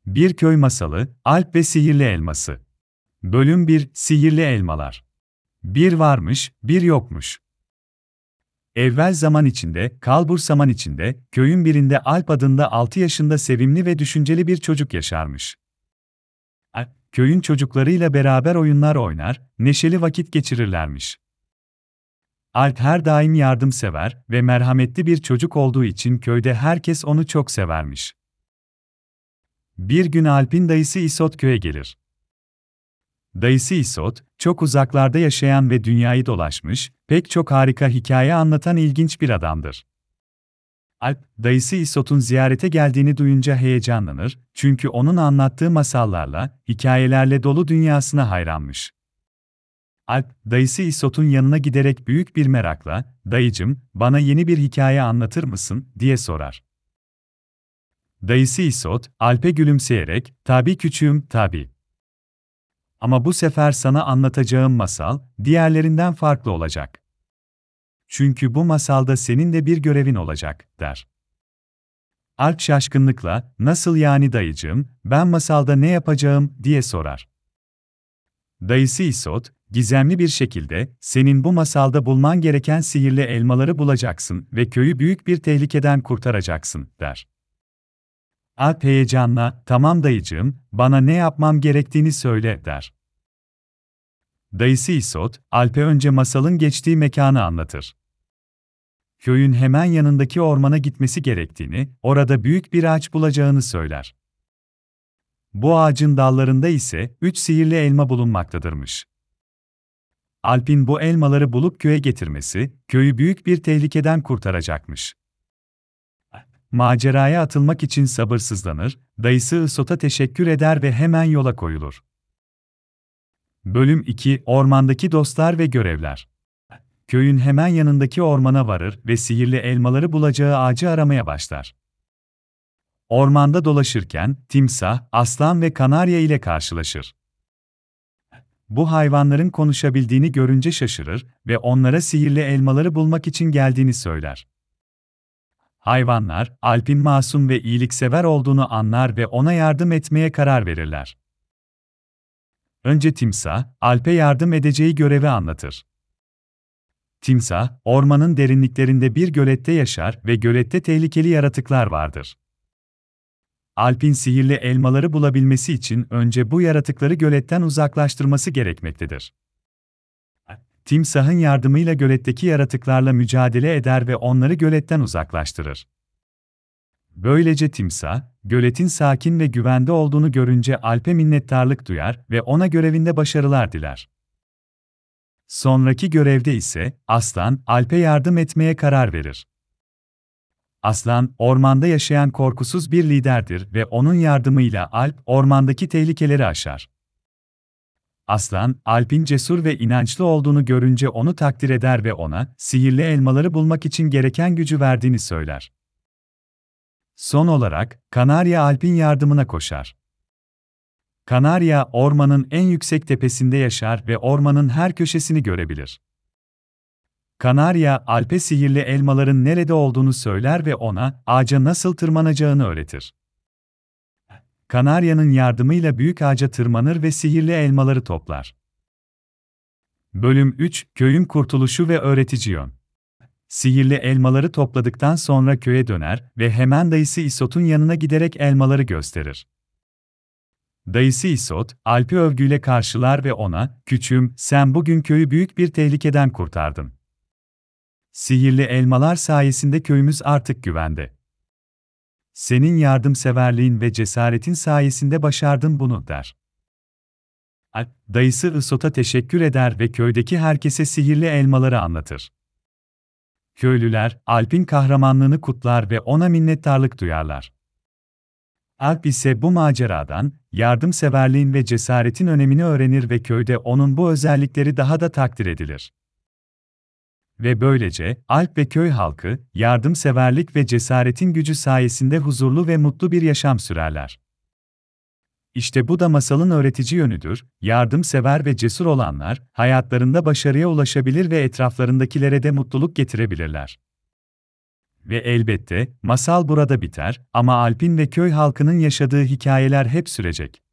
Bir köy masalı, Alp ve sihirli elması. Bölüm 1: Sihirli elmalar. Bir varmış, bir yokmuş. Evvel zaman içinde, kalbur zaman içinde, köyün birinde Alp adında 6 yaşında sevimli ve düşünceli bir çocuk yaşarmış. Alp, köyün çocuklarıyla beraber oyunlar oynar, neşeli vakit geçirirlermiş. Alp her daim yardımsever ve merhametli bir çocuk olduğu için köyde herkes onu çok severmiş. Bir gün Alp'in dayısı İsot köye gelir. Dayısı İsot, çok uzaklarda yaşayan ve dünyayı dolaşmış, pek çok harika hikaye anlatan ilginç bir adamdır. Alp, dayısı İsot'un ziyarete geldiğini duyunca heyecanlanır, çünkü onun anlattığı masallarla, hikayelerle dolu dünyasına hayranmış. Alp, dayısı İsot'un yanına giderek büyük bir merakla, "Dayıcım, bana yeni bir hikaye anlatır mısın?" diye sorar. Dayısı İsot, Alp'e gülümseyerek, "Tabii küçüğüm, tabii. Ama bu sefer sana anlatacağım masal, diğerlerinden farklı olacak. Çünkü bu masalda senin de bir görevin olacak," der. Alp şaşkınlıkla, "Nasıl yani dayıcığım, ben masalda ne yapacağım?" diye sorar. Dayısı İsot, gizemli bir şekilde, "Senin bu masalda bulman gereken sihirli elmaları bulacaksın ve köyü büyük bir tehlikeden kurtaracaksın," der. Alp heyecanla, "Tamam dayıcığım, bana ne yapmam gerektiğini söyle," der. Dayısı İsot, Alp'e önce masalın geçtiği mekanı anlatır. Köyün hemen yanındaki ormana gitmesi gerektiğini, orada büyük bir ağaç bulacağını söyler. Bu ağacın dallarında ise 3 sihirli elma bulunmaktadırmış. Alp'in bu elmaları bulup köye getirmesi, köyü büyük bir tehlikeden kurtaracakmış. Maceraya atılmak için sabırsızlanır, dayısı İsot'a teşekkür eder ve hemen yola koyulur. Bölüm 2: Ormandaki dostlar ve görevler. Köyün hemen yanındaki ormana varır ve sihirli elmaları bulacağı ağacı aramaya başlar. Ormanda dolaşırken timsah, aslan ve kanarya ile karşılaşır. Bu hayvanların konuşabildiğini görünce şaşırır ve onlara sihirli elmaları bulmak için geldiğini söyler. Hayvanlar, Alp'in masum ve iyiliksever olduğunu anlar ve ona yardım etmeye karar verirler. Önce timsah, Alp'e yardım edeceği görevi anlatır. Timsah, ormanın derinliklerinde bir gölette yaşar ve gölette tehlikeli yaratıklar vardır. Alp'in sihirli elmaları bulabilmesi için önce bu yaratıkları göletten uzaklaştırması gerekmektedir. Timsah'ın yardımıyla göletteki yaratıklarla mücadele eder ve onları göletten uzaklaştırır. Böylece timsah, göletin sakin ve güvende olduğunu görünce Alp'e minnettarlık duyar ve ona görevinde başarılar diler. Sonraki görevde ise aslan, Alp'e yardım etmeye karar verir. Aslan, ormanda yaşayan korkusuz bir liderdir ve onun yardımıyla Alp, ormandaki tehlikeleri aşar. Aslan, Alp'in cesur ve inançlı olduğunu görünce onu takdir eder ve ona, sihirli elmaları bulmak için gereken gücü verdiğini söyler. Son olarak, kanarya Alp'in yardımına koşar. Kanarya, ormanın en yüksek tepesinde yaşar ve ormanın her köşesini görebilir. Kanarya, Alp'e sihirli elmaların nerede olduğunu söyler ve ona, ağaca nasıl tırmanacağını öğretir. Kanarya'nın yardımıyla büyük ağaca tırmanır ve sihirli elmaları toplar. Bölüm 3: Köyün kurtuluşu ve öğretici yön. Sihirli elmaları topladıktan sonra köye döner ve hemen dayısı İsot'un yanına giderek elmaları gösterir. Dayısı İsot, Alp'i övgüyle karşılar ve ona, "Küçüğüm, sen bugün köyü büyük bir tehlikeden kurtardın. Sihirli elmalar sayesinde köyümüz artık güvende. Senin yardımseverliğin ve cesaretin sayesinde başardın bunu," der. Alp, dayısı İsot'a teşekkür eder ve köydeki herkese sihirli elmaları anlatır. Köylüler, Alp'in kahramanlığını kutlar ve ona minnettarlık duyarlar. Alp ise bu maceradan, yardımseverliğin ve cesaretin önemini öğrenir ve köyde onun bu özellikleri daha da takdir edilir. Ve böylece, Alp ve köy halkı, yardımseverlik ve cesaretin gücü sayesinde huzurlu ve mutlu bir yaşam sürerler. İşte bu da masalın öğretici yönüdür, yardımsever ve cesur olanlar, hayatlarında başarıya ulaşabilir ve etraflarındakilere de mutluluk getirebilirler. Ve elbette, masal burada biter ama Alp'in ve köy halkının yaşadığı hikayeler hep sürecek.